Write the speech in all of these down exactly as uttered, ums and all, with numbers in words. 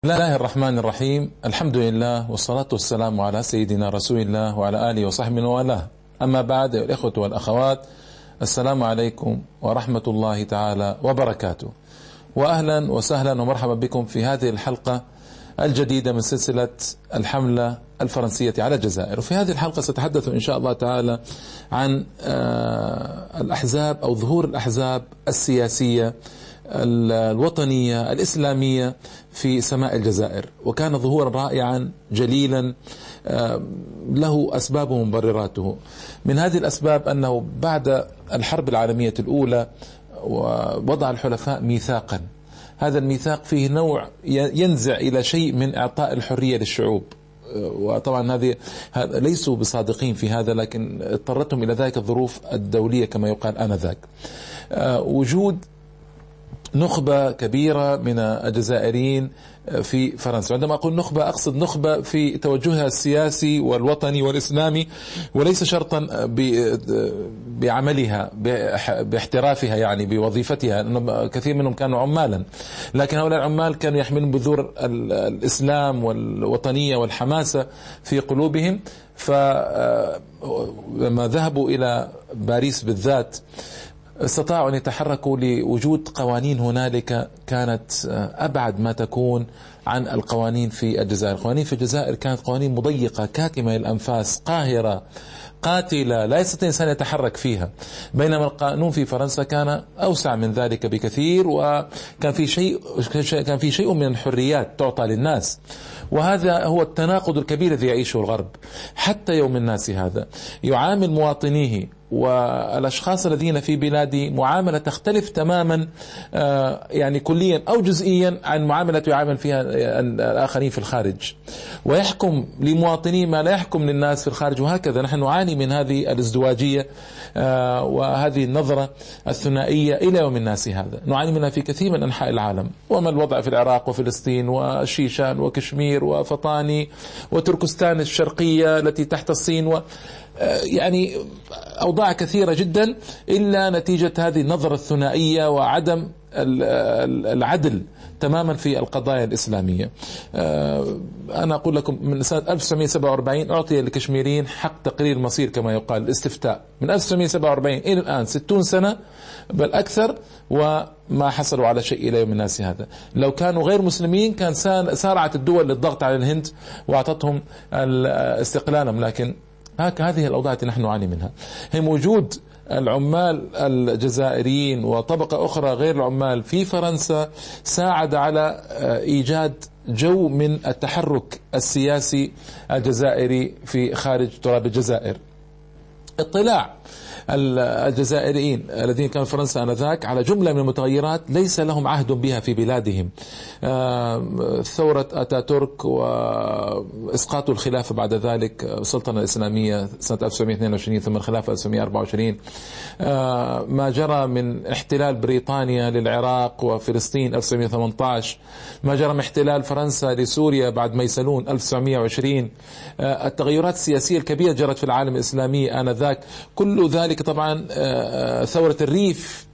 بسم الله الرحمن الرحيم. الحمد لله والصلاة والسلام على سيدنا رسول الله وعلى آله وصحبه وآله. أما بعد، الإخوة والأخوات، السلام عليكم ورحمة الله تعالى وبركاته، وأهلا وسهلا ومرحبا بكم في هذه الحلقة الجديدة من سلسلة الحملة الفرنسية على الجزائر. وفي هذه الحلقة سأتحدث إن شاء الله تعالى عن الأحزاب أو ظهور الأحزاب السياسية الوطنية الإسلامية في سماء الجزائر، وكان ظهورا رائعا جليلا له أسباب ومبرراته. من هذه الأسباب أنه بعد الحرب العالمية الأولى وضع الحلفاء ميثاقا، هذا الميثاق فيه نوع ينزع إلى شيء من إعطاء الحرية للشعوب، وطبعا هذه ليسوا بصادقين في هذا، لكن اضطرتهم إلى ذلك الظروف الدولية كما يقال آنذاك. وجود نخبة كبيرة من الجزائريين في فرنسا، عندما أقول نخبة أقصد نخبة في توجهها السياسي والوطني والإسلامي، وليس شرطا بعملها باحترافها، يعني بوظيفتها. كثير منهم كانوا عمالا، لكن هؤلاء العمال كانوا يحملون بذور الإسلام والوطنية والحماسة في قلوبهم. فلما ذهبوا إلى باريس بالذات استطاعوا أن يتحركوا لوجود قوانين هنالك كانت أبعد ما تكون عن القوانين في الجزائر. القوانين في الجزائر كانت قوانين مضيقة كاتمة الأنفاس، قاهرة قاتلة، لا يستطيع الإنسان يتحرك فيها، بينما القانون في فرنسا كان أوسع من ذلك بكثير، وكان في شيء كان في شيء من الحريات تعطى للناس. وهذا هو التناقض الكبير الذي يعيشه الغرب حتى يوم الناس هذا، يعامل مواطنيه والأشخاص الذين في بلاده معاملة تختلف تماما، يعني كليا أو جزئيا عن معاملة يعامل فيها الآخرين في الخارج، ويحكم لمواطنيه ما لا يحكم للناس في الخارج. وهكذا نحن نعاني من هذه الازدواجية وهذه النظرة الثنائية إلى يوم الناس هذا، نعاني منها في كثير من أنحاء العالم. وما الوضع في العراق وفلسطين وشيشان وكشمير وفطاني وتركستان الشرقية التي تحت الصين، و يعني أوضاع كثيرة جدا، إلا نتيجة هذه النظرة الثنائية وعدم العدل تماما في القضايا الإسلامية. أنا أقول لكم من سنة ألف وتسعمئة وسبعة وأربعين أعطي للكشميريين حق تقرير المصير كما يقال، الاستفتاء، من ألف وتسعمئة وسبعة وأربعين إلى الآن ستون سنة بل أكثر، وما حصلوا على شيء إلى يوم الناس هذا. لو كانوا غير مسلمين كان سارعت الدول للضغط على الهند وأعطتهم استقلالهم، لكن هذه الأوضاع التي نحن نعاني منها. هم وجود العمال الجزائريين وطبقة أخرى غير العمال في فرنسا ساعد على إيجاد جو من التحرك السياسي الجزائري في خارج تراب الجزائر. اطلاع الجزائريين الذين كانوا في فرنسا آنذاك على جملة من المتغيرات ليس لهم عهد بها في بلادهم، ثورة أتاتورك وإسقاط الخلافة بعد ذلك، السلطنة الإسلامية سنة ألف وتسعمئة واثنين وعشرين، ثم الخلافة ألف وتسعمئة وأربعة وعشرين، ما جرى من احتلال بريطانيا للعراق وفلسطين ألف وتسعمئة وثمانية عشر، ما جرى من احتلال فرنسا لسوريا بعد ميسلون ألف وتسعمئة وعشرين، التغيرات السياسية الكبيرة جرت في العالم الإسلامي آنذاك، كل ذلك طبعا ثورة الريف،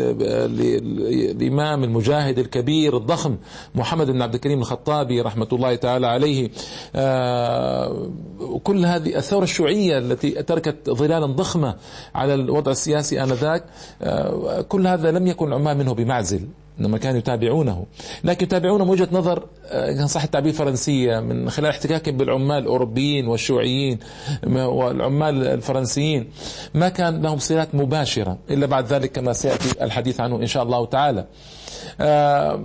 الإمام المجاهد الكبير الضخم محمد بن عبد الكريم الخطابي رحمة الله تعالى عليه، كل هذه الثورة الشيوعية التي تركت ظلالا ضخمة على الوضع السياسي آنذاك، كل هذا لم يكن العمال منه بمعزل، إنما كانوا يتابعونه، لكن يتابعونه من وجهة نظر كان صح التعبير فرنسية، من خلال احتكاكهم بالعمال الأوروبيين والشيوعيين والعمال الفرنسيين، ما كان لهم صلات مباشرة إلا بعد ذلك كما سيأتي الحديث عنه إن شاء الله تعالى. آه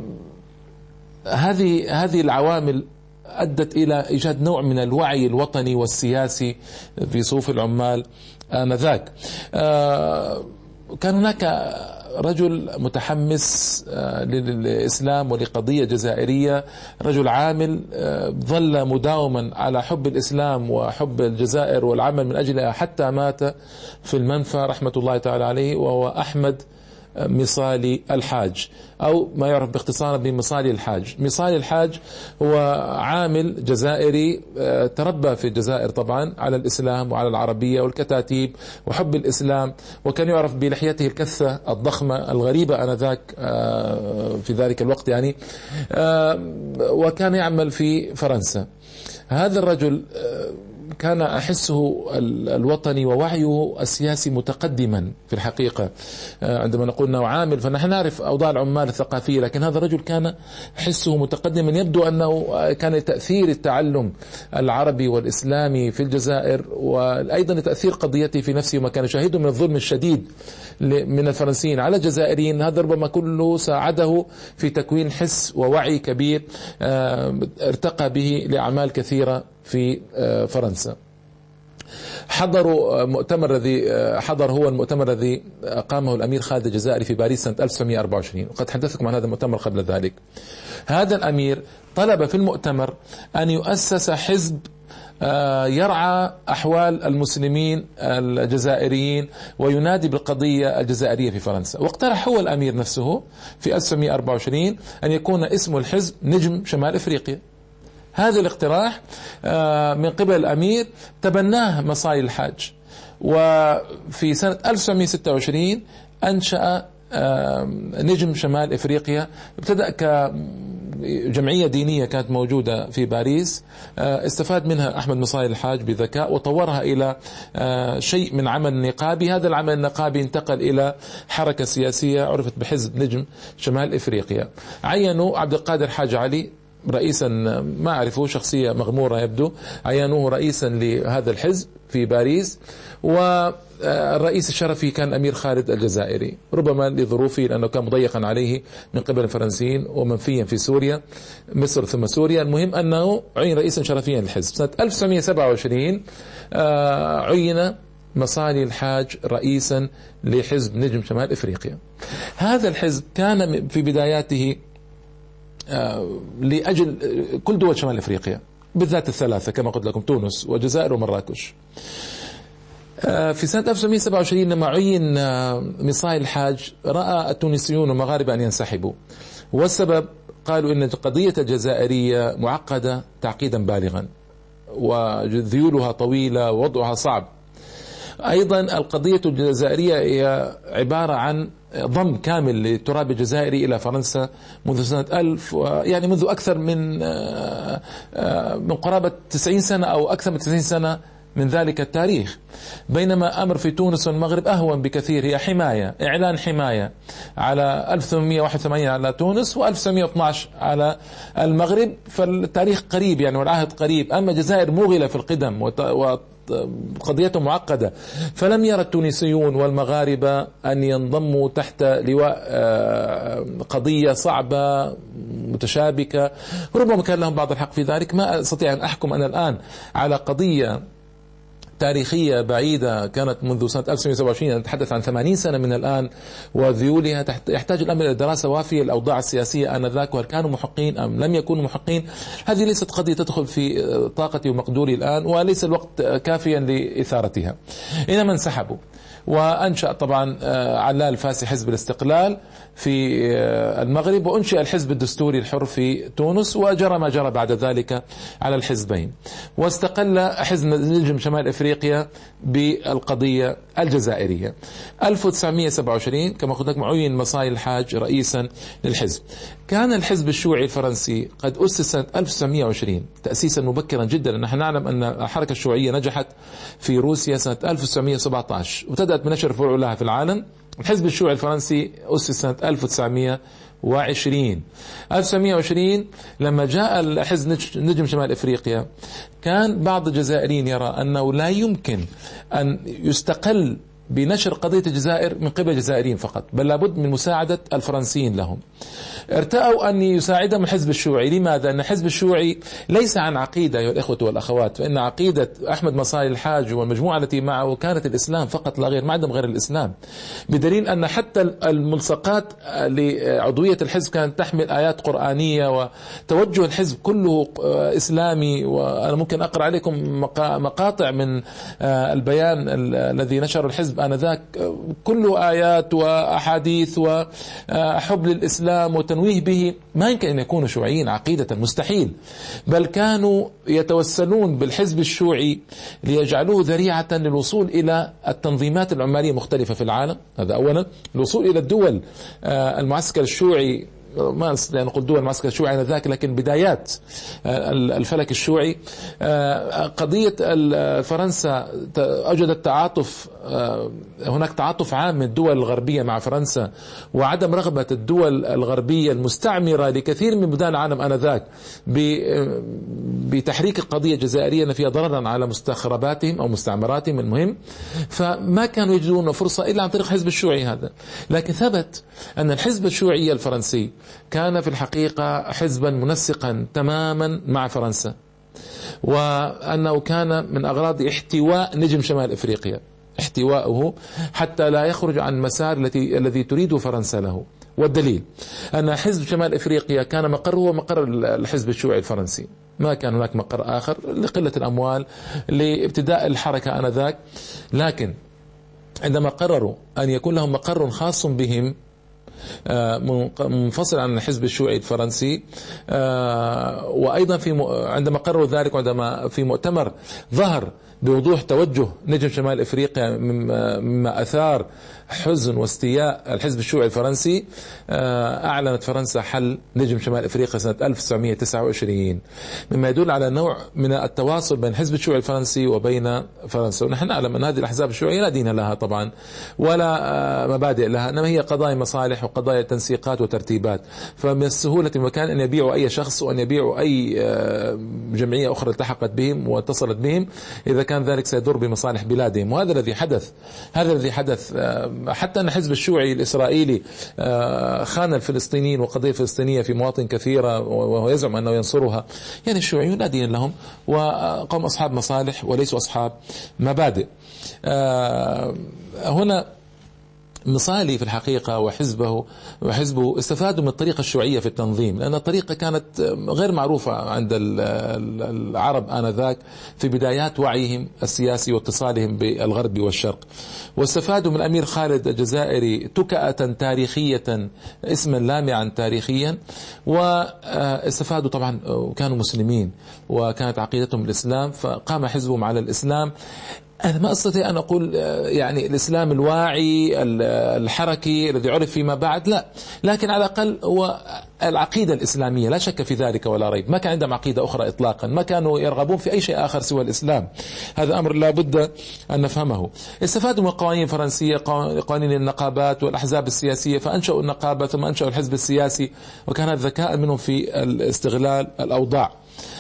هذه هذه العوامل أدت إلى إيجاد نوع من الوعي الوطني والسياسي في صفوف العمال آنذاك. آه كان هناك رجل متحمس للإسلام ولقضية جزائرية، رجل عامل ظل مداوما على حب الإسلام وحب الجزائر والعمل من أجلها حتى مات في المنفى رحمة الله تعالى عليه، وهو أحمد مصالي الحاج، أو ما يعرف باختصار بمصالي الحاج. مصالي الحاج هو عامل جزائري تربى في الجزائر طبعا على الإسلام وعلى العربية والكتاتيب وحب الإسلام، وكان يعرف بلحيته الكثة الضخمة الغريبة آنذاك في ذلك الوقت يعني، وكان يعمل في فرنسا. هذا الرجل كان أحسه الوطني ووعيه السياسي متقدما في الحقيقة. عندما نقول أنه عامل فنحن نعرف أوضاع العمال الثقافية، لكن هذا الرجل كان حسه متقدما. يبدو أنه كان تأثير التعلم العربي والإسلامي في الجزائر، وأيضا تأثير قضيته في نفسه وما كان يشاهده من الظلم الشديد من الفرنسيين على الجزائريين، هذا ربما كله ساعده في تكوين حس ووعي كبير ارتقى به لأعمال كثيرة في فرنسا. حضروا مؤتمر الذي حضر هو المؤتمر الذي قامه الأمير خالد الجزائري في باريس سنة ألف وتسعمئة وأربعة وعشرين، وقد حدثتكم عن هذا المؤتمر قبل ذلك. هذا الأمير طلب في المؤتمر أن يؤسس حزب يرعى أحوال المسلمين الجزائريين وينادي بالقضية الجزائرية في فرنسا، واقترح هو الأمير نفسه في ألف وتسعمئة وأربعة وعشرين أن يكون اسم الحزب نجم شمال إفريقيا. هذا الاقتراح من قبل الأمير تبناه مصالي الحاج، وفي سنة ألف وتسعمئة وستة وعشرين أنشأ نجم شمال إفريقيا. ابتدأ كجمعية دينية كانت موجودة في باريس، استفاد منها أحمد مصالي الحاج بذكاء وطورها إلى شيء من عمل نقابي. هذا العمل النقابي انتقل إلى حركة سياسية عرفت بحزب نجم شمال إفريقيا. عينوا عبد القادر حاج علي رئيسا، ما أعرفه، شخصية مغمورة يبدو، عينوه رئيسا لهذا الحزب في باريس، والرئيس الشرفي كان أمير خالد الجزائري، ربما لظروفه لأنه كان مضيقا عليه من قبل الفرنسيين ومنفيا في سوريا، مصر ثم سوريا. المهم أنه عين رئيسا شرفيا للحزب. سنة ألف وتسعمئة وسبعة وعشرين عين مصالي الحاج رئيسا لحزب نجم شمال إفريقيا. هذا الحزب كان في بداياته لأجل كل دول شمال أفريقيا، بالذات الثلاثة كما قلت لكم، تونس والجزائر ومراكش. في سنة ألف وتسعمئة وسبعة وعشرين لما عين مصالي الحاج رأى التونسيون والمغاربة أن ينسحبوا، والسبب قالوا إن القضية الجزائرية معقدة تعقيدا بالغا وذيولها طويلة ووضعها صعب. أيضا القضية الجزائرية هي عبارة عن ضم كامل للتراب الجزائري إلى فرنسا منذ سنة ألف، يعني منذ أكثر من من قرابة تسعين سنة أو أكثر من تسعين سنة من ذلك التاريخ. بينما أمر في تونس والمغرب أهون بكثير، هي حماية، إعلان حماية على ألف وثمانمئة وواحد وثمانين على تونس وألف وتسعمئة واثني عشر على المغرب، فالتاريخ قريب يعني والعهد قريب. أما الجزائر مغلة في القدم و قضيته معقدة، فلم يرى التونسيون والمغاربة أن ينضموا تحت لواء قضية صعبة متشابكة. ربما كان لهم بعض الحق في ذلك، ما أستطيع أن أحكم أنا الآن على قضية تاريخية بعيدة كانت منذ سنة ألف وتسعمئة وسبعة وعشرين، نتحدث عن ثمانين سنة من الآن، وذيولها يحتاج الأمر إلى دراسة وافية الأوضاع السياسية آنذاك، وهل كانوا محقين أم لم يكونوا محقين. هذه ليست قضية تدخل في طاقتي ومقدوري الآن، وليس الوقت كافيا لإثارتها. إنما انسحبوا، وأنشأ طبعا علال فاسي حزب الاستقلال في المغرب، وأنشئ الحزب الدستوري الحر في تونس، وجرى ما جرى بعد ذلك على الحزبين. واستقل حزب نجم شمال إفريقيا بالقضية الجزائرية. ألف وتسعمئة وسبعة وعشرين كما قلت لكم عين مصالي الحاج رئيسا للحزب. كان الحزب الشيوعي الفرنسي قد أسس سنة ألف وتسعمئة وعشرين تأسيسا مبكرا جدا. نحن نعلم أن الحركة الشيوعية نجحت في روسيا سنة ألف وتسعمئة وسبعة عشر وابتدأت بنشر فروع لها في العالم. الحزب الشيوعي الفرنسي أسس سنة ألف وتسعمئة وعشرين. ألف وتسعمئة وعشرين لما جاء الحزب نجم شمال إفريقيا، كان بعض الجزائريين يرى أنه لا يمكن أن يستقل بنشر قضية الجزائر من قبل الجزائريين فقط، بل لابد من مساعدة الفرنسيين لهم. ارتأوا أن يساعدهم الحزب الشيوعي. لماذا؟ أن الحزب الشيوعي ليس عن عقيدة أيها الإخوة والأخوات، فإن عقيدة أحمد مصالي الحاج والمجموعة التي معه كانت الإسلام فقط لا غير، ما عندهم غير الإسلام، بدليل أن حتى الملصقات لعضوية الحزب كانت تحمل آيات قرآنية، وتوجه الحزب كله إسلامي. وأنا ممكن أقرأ عليكم مقاطع من البيان الذي نشر الحزب الحزب آنذاك كله آيات وأحاديث وحب للإسلام وتنويه به، ما يمكن أن يكونوا شيوعيين عقيدة، مستحيل. بل كانوا يتوسلون بالحزب الشيوعي ليجعلوه ذريعة للوصول إلى التنظيمات العمالية المختلفة في العالم، هذا أولا. الوصول إلى الدول، المعسكر الشيوعي، ما نستطيع نقول دول المعسكر الشيوعي آنذاك، لكن بدايات الفلك الشيوعي. قضية فرنسا أوجدت تعاطف، هناك تعاطف عام من الدول الغربية مع فرنسا، وعدم رغبة الدول الغربية المستعمرة لكثير من بلدان العالم آنذاك بتحريك القضية الجزائرية فيها ضررا على مستخرباتهم أو مستعمراتهم المهم، فما كانوا يجدون فرصة إلا عن طريق حزب الشيوعي هذا. لكن ثبت أن الحزب الشيوعي الفرنسي كان في الحقيقة حزبا منسقا تماما مع فرنسا، وأنه كان من أغراض احتواء نجم شمال إفريقيا، احتواءه حتى لا يخرج عن المسار التي الذي تريده فرنسا له. والدليل أن حزب شمال إفريقيا كان مقره مقر الحزب الشيوعي الفرنسي، ما كان هناك مقر آخر لقلة الأموال لابتداء الحركة آنذاك. لكن عندما قرروا أن يكون لهم مقر خاص بهم منفصل عن الحزب الشيوعي الفرنسي، وأيضا في عندما قرروا ذلك، عندما في مؤتمر ظهر بوضوح توجه نجم شمال إفريقيا مما أثار حزن واستياء الحزب الشيوعي الفرنسي، أعلنت فرنسا حل نجم شمال إفريقيا سنة ألف وتسعمائة وتسعة وعشرين، مما يدل على نوع من التواصل بين الحزب الشيوعي الفرنسي وبين فرنسا. ونحن نعلم أن هذه الأحزاب الشيوعية لا دين لها طبعا ولا مبادئ لها، إنما هي قضايا مصالح وقضايا تنسيقات وترتيبات. فمن السهولة المكان أن يبيعوا أي شخص وأن يبيعوا أي جمعية أخرى التحقت بهم واتصلت بهم إذا كان ذلك سيضر بمصالح بلادهم. وهذا الذي حدث، هذا الذي حدث حتى أن الحزب الشيوعي الإسرائيلي خان الفلسطينيين والقضية الفلسطينية في مواطن كثيرة وهو يزعم أنه ينصرها. يعني الشيوعيون لا دين لهم وقوم أصحاب مصالح وليسوا أصحاب مبادئ. هنا مصالي في الحقيقة وحزبه وحزبه استفادوا من الطريقة الشيوعية في التنظيم، لأن الطريقة كانت غير معروفة عند العرب آنذاك في بدايات وعيهم السياسي واتصالهم بالغرب والشرق. واستفادوا من الأمير خالد الجزائري تكأة تاريخية، اسما لامعا تاريخيا، واستفادوا طبعا كانوا مسلمين وكانت عقيدتهم الإسلام، فقام حزبهم على الإسلام. أنا ما أستطيع أن أقول يعني الإسلام الواعي الحركي الذي عرف فيما بعد، لا، لكن على الأقل هو العقيدة الإسلامية، لا شك في ذلك ولا ريب. ما كان عندهم عقيدة أخرى إطلاقا، ما كانوا يرغبون في أي شيء آخر سوى الإسلام. هذا أمر لا بد أن نفهمه. استفادوا من القوانين الفرنسية، قوانين النقابات والأحزاب السياسية، فأنشأوا النقابة ثم أنشأوا الحزب السياسي، وكان ذكاء منهم في استغلال الأوضاع.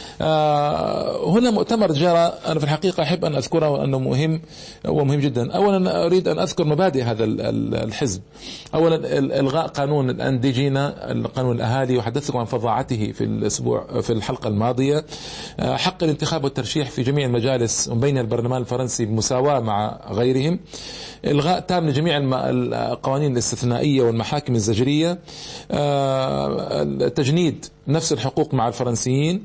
آه هنا مؤتمر جرى، أنا في الحقيقة أحب أن أذكره وأنه مهم ومهم جدا. أولا أريد أن أذكر مبادئ هذا الحزب. أولا إلغاء قانون الأنديجينة، قانون الأهالي، وحدثتكم عن فظاعته في الأسبوع في الحلقة الماضية. آه حق الانتخاب والترشيح في جميع المجالس وبين البرلمان الفرنسي بمساواة مع غيرهم. إلغاء تام لجميع القوانين الاستثنائية والمحاكم الزجرية. آه تجنيد نفس الحقوق مع الفرنسيين.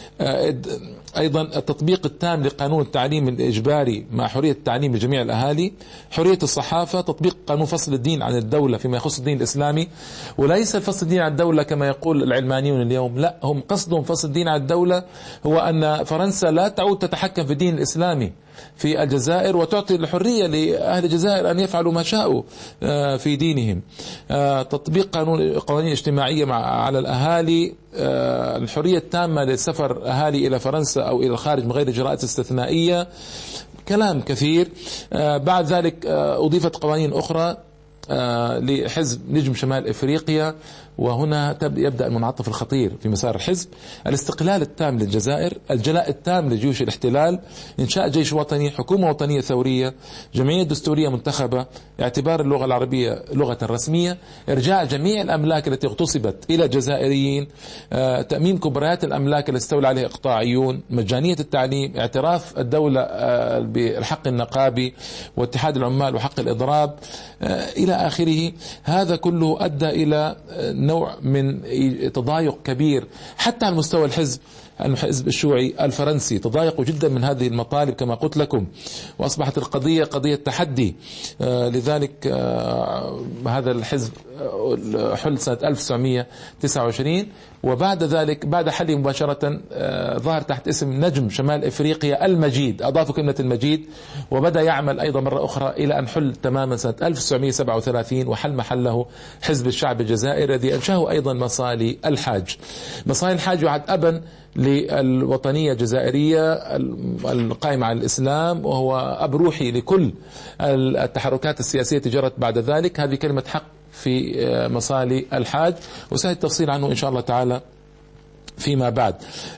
أيضا التطبيق التام لقانون التعليم الإجباري مع حرية التعليم لجميع الأهالي. حرية الصحافة، تطبيق قانون فصل الدين عن الدولة فيما يخص الدين الإسلامي، وليس الفصل الدين عن الدولة كما يقول العلمانيون اليوم، لا، هم قصدهم فصل الدين عن الدولة هو أن فرنسا لا تعود تتحكم في الدين الإسلامي في الجزائر وتعطي الحرية لأهل الجزائر أن يفعلوا ما شاءوا في دينهم. تطبيق قانون قوانين اجتماعية مع على الأهالي. الحرية التامة للسفر أهالي إلى فرنسا أو إلى الخارج من غير إجراءات استثنائية. كلام كثير. بعد ذلك أضيفت قوانين أخرى لحزب نجم شمال إفريقيا، وهنا يبدأ المنعطف الخطير في مسار الحزب. الاستقلال التام للجزائر، الجلاء التام لجيوش الاحتلال، إنشاء جيش وطني، حكومة وطنية ثورية، جمعية دستورية منتخبة، اعتبار اللغة العربية لغة رسمية، إرجاع جميع الأملاك التي اغتصبت إلى الجزائريين، تأميم كبريات الأملاك التي استولى عليها إقطاعيون، مجانية التعليم، اعتراف الدولة بالحق النقابي واتحاد العمال وحق الإضراب إلى آخره. هذا كله أدى إلى نوع من تضايق كبير حتى على مستوى الحزب الحزب الشيوعي الفرنسي، تضايقوا جدا من هذه المطالب كما قلت لكم، وأصبحت القضية قضية تحدي. آه لذلك آه هذا الحزب حل سنة ألف وتسعمئة وتسعة وعشرين، وبعد ذلك بعد حله مباشرة آه ظهر تحت اسم نجم شمال إفريقيا المجيد، أضافوا كلمة المجيد، وبدأ يعمل أيضا مرة أخرى إلى أن حل تماما سنة ألف وتسعمئة وسبعة وثلاثين، وحل محله حزب الشعب الجزائري الذي أنشأه أيضا مصالي الحاج. مصالي الحاج يعد أبا للوطنية الجزائرية القائمة على الإسلام، وهو أب روحي لكل التحركات السياسية التي جرت بعد ذلك. هذه كلمة حق في مصالي الحاج، وسيأتي التفصيل عنه إن شاء الله تعالى فيما بعد.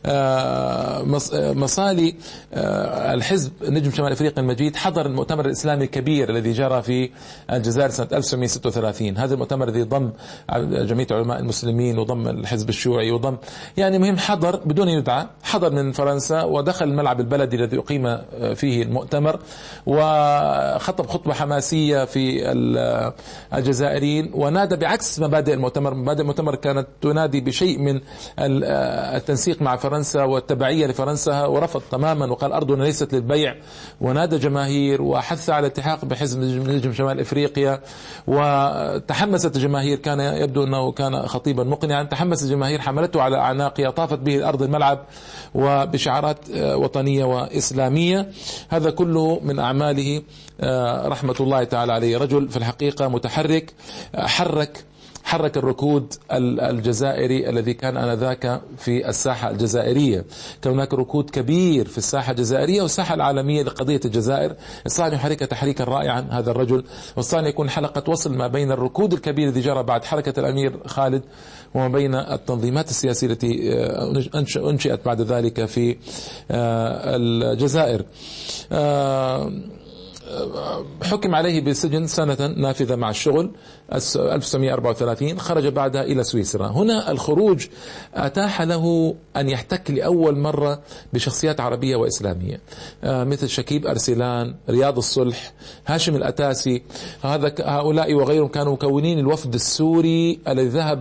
مصالي الحزب نجم شمال افريقيا المجيد حضر المؤتمر الاسلامي الكبير الذي جرى في الجزائر سنة ألف وتسعمئة وستة وثلاثين. هذا المؤتمر الذي ضم جمعية علماء المسلمين وضم الحزب الشيوعي وضم يعني مهم، حضر بدون يدعى، حضر من فرنسا ودخل الملعب البلدي الذي أقيم فيه المؤتمر، وخطب خطبة حماسية في الجزائريين، ونادى بعكس مبادئ المؤتمر. مبادئ المؤتمر كانت تنادي بشيء من التنسيق مع فرنسا والتبعية لفرنسا، ورفض تماما وقال أرضنا ليست للبيع، ونادى جماهير وحث على الالتحاق بحزب نجم شمال إفريقيا. وتحمست الجماهير، كان يبدو أنه كان خطيبا مقنعا، تحمس الجماهير، حملته على أعناقها، طافت به أرض الملعب وبشعارات وطنية وإسلامية. هذا كله من أعماله رحمة الله تعالى عليه. رجل في الحقيقة متحرك، حرك حرك الركود الجزائري الذي كان آنذاك في الساحة الجزائرية. كان هناك ركود كبير في الساحة الجزائرية والساحة العالمية لقضية الجزائر. استطاع أن يحرك تحريكا رائعا هذا الرجل، واستطاع أن يكون حلقة وصل ما بين الركود الكبير الذي جرى بعد حركة الأمير خالد وما بين التنظيمات السياسية التي أنشئت بعد ذلك في الجزائر. حكم عليه بالسجن سنة نافذة مع الشغل ألف وتسعمئة وأربعة وثلاثين، خرج بعدها إلى سويسرا. هنا الخروج أتاح له أن يحتك لأول مرة بشخصيات عربية وإسلامية مثل شكيب أرسلان، رياض الصلح، هاشم الأتاسي. هذا هؤلاء وغيرهم كانوا مكونين الوفد السوري الذي ذهب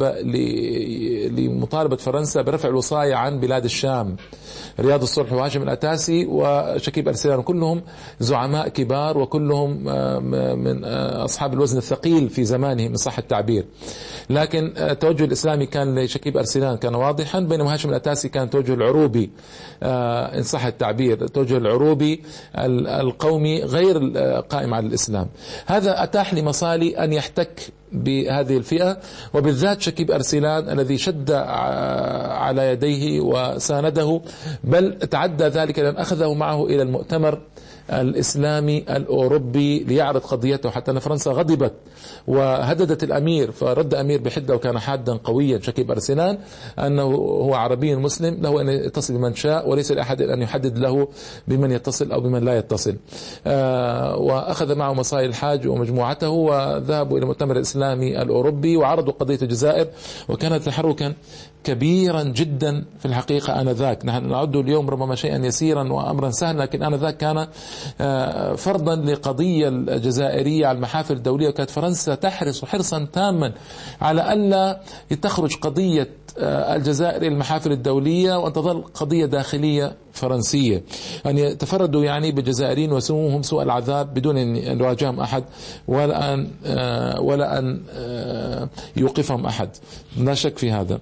لمطالبة فرنسا برفع الوصاية عن بلاد الشام. رياض الصلح وهاشم الأتاسي وشكيب أرسلان كلهم زعماء كبار، وكلهم من أصحاب الوزن الثقيل في زمانهم إن صح التعبير. لكن التوجه الإسلامي كان لشكيب أرسلان كان واضحا، بينما هاشم الأتاسي كان توجه العروبي إن صح التعبير، التوجه العروبي القومي غير قائم على الإسلام. هذا أتاح لمصالي أن يحتك بهذه الفئة، وبالذات شكيب أرسلان الذي شد على يديه وسانده، بل تعدى ذلك لأن أخذه معه إلى المؤتمر الإسلامي الأوروبي ليعرض قضيته، حتى أن فرنسا غضبت وهددت الأمير، فرد أمير بحدة وكان حادا قويا شكيب أرسلان أنه هو عربي مسلم، له أن يتصل بمن شاء وليس لأحد أن يحدد له بمن يتصل أو بمن لا يتصل. وأخذ معه مصالي الحاج ومجموعته وذهبوا إلى المؤتمر الإسلامي الأوروبي وعرضوا قضية الجزائر، وكانت تحركا كبيرا جدا في الحقيقة آنذاك. نحن نعد اليوم ربما شيئا يسيرا وأمرا سهلا، لكن آنذاك كان فرضا لقضية الجزائرية على المحافل الدولية، وكانت فرنسا تحرص حرصا تاما على ألا تخرج قضية الجزائر إلى المحافل الدولية وأن تظل قضية داخلية فرنسية، أن يتفردوا يعني بالجزائريين وسموهم سوء العذاب بدون أن يواجههم أحد ولا أن ولا أن يوقفهم أحد، لا شك في هذا.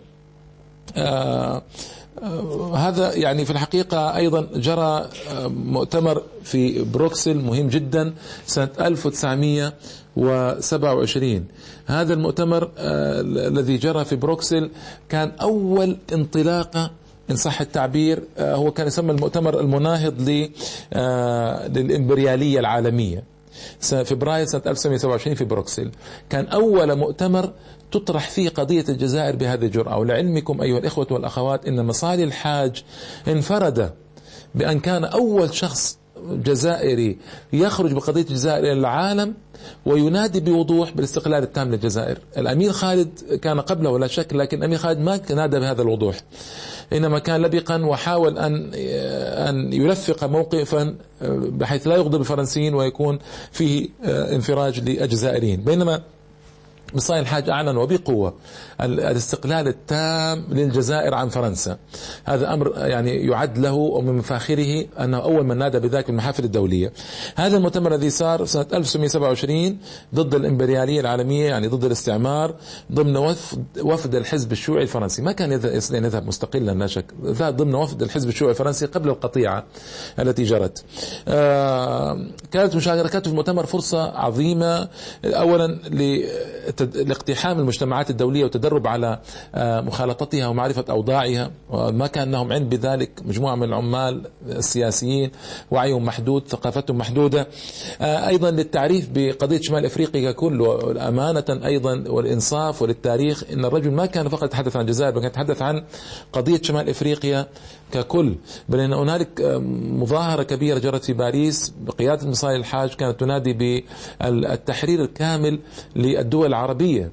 آه آه هذا يعني في الحقيقة أيضا جرى مؤتمر في بروكسل مهم جدا سنة ألف وتسعمئة وسبعة وعشرين. هذا المؤتمر آه الذي جرى في بروكسل كان أول انطلاقة إن صح التعبير. آه هو كان يسمى المؤتمر المناهض آه للإمبريالية العالمية. فبراير سنة ألف وتسعمئة وسبعة وعشرين في بروكسل كان أول مؤتمر تطرح فيه قضية الجزائر بهذه الجرأة. ولعلمكم أيها الإخوة والأخوات إن مصالي الحاج انفرد بأن كان أول شخص جزائري يخرج بقضية الجزائر إلى العالم وينادي بوضوح بالاستقلال التام للجزائر. الأمير خالد كان قبله ولا شك، لكن الأمير خالد ما نادى بهذا الوضوح، إنما كان لبقا وحاول أن أن يلفق موقفا بحيث لا يغضب الفرنسيين ويكون فيه انفراج للجزائريين. بينما مصطفى الحاج أعلن وبقوة الاستقلال التام للجزائر عن فرنسا. هذا أمر يعني يعد له ومن مفاخره أنه أول من نادى بذلك المحافل الدولية. هذا المؤتمر الذي صار سنة ألف وتسعمئة وسبعة وعشرين ضد الإمبريالية العالمية، يعني ضد الاستعمار، ضمن وفد وفد الحزب الشيوعي الفرنسي. ما كان يستطيع أن يذهب مستقلا لا شك، ذهب ضمن وفد الحزب الشيوعي الفرنسي قبل القطيعة التي جرت. آه كانت مشاركته في المؤتمر فرصة عظيمة، أولا لاقتحام المجتمعات الدولية والتدرب على مخالطتها ومعرفة أوضاعها، وما كان لهم علم بذلك مجموعة من العمال السياسيين وعيهم محدود، ثقافتهم محدودة. أيضا للتعريف بقضية شمال أفريقيا ككل، والأمانة أيضا والإنصاف وللتاريخ، إن الرجل ما كان فقط يتحدث عن الجزائر، بل كان يتحدث عن قضية شمال أفريقيا ككل. بل إن هنالك مظاهرة كبيرة جرت في باريس بقيادة مصطفى الحاج كانت تنادي بالتحرير الكامل للدول العربية،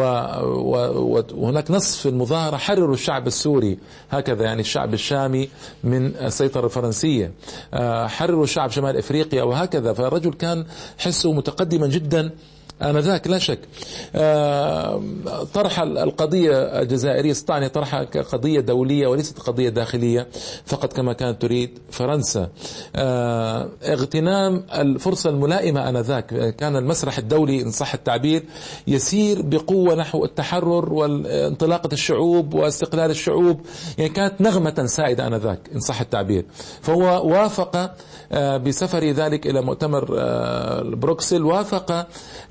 وهناك نص في المظاهرة: حرروا الشعب السوري، هكذا يعني الشعب الشامي من السيطرة الفرنسية، حرروا الشعب شمال أفريقيا، وهكذا. فالرجل كان حسه متقدما جدا آنذاك لا شك. طرح القضية الجزائرية استطاع أن يطرحها كقضية دولية وليست قضية داخلية فقط كما كانت تريد فرنسا. اغتنام الفرصة الملائمة آنذاك، كان المسرح الدولي إن صح التعبير يسير بقوة نحو التحرر وانطلاقة الشعوب واستقلال الشعوب، يعني كانت نغمة سائدة آنذاك إن صح التعبير. فهو وافق بسفر ذلك إلى مؤتمر بروكسل، وافق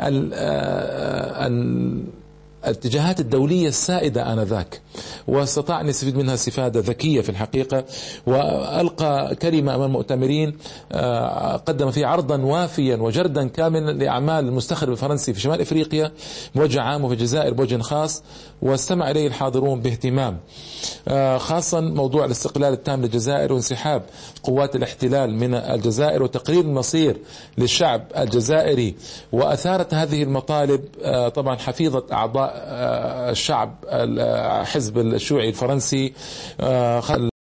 الاتجاهات الدولية السائدة آنذاك، واستطاع أن يستفيد منها استفادة ذكية في الحقيقة، وألقى كلمة أمام المؤتمرين قدم فيه عرضا وافيا وجردا كاملا لأعمال المستخرب الفرنسي في شمال أفريقيا بوجه عام وفي الجزائر بوجه خاص، واستمع إليه الحاضرون باهتمام، خاصة موضوع الاستقلال التام للجزائر وانسحاب قوات الاحتلال من الجزائر وتقرير المصير للشعب الجزائري. وأثارت هذه المطالب طبعا حفيظة أعضاء الشعب الحزب الشيوعي الفرنسي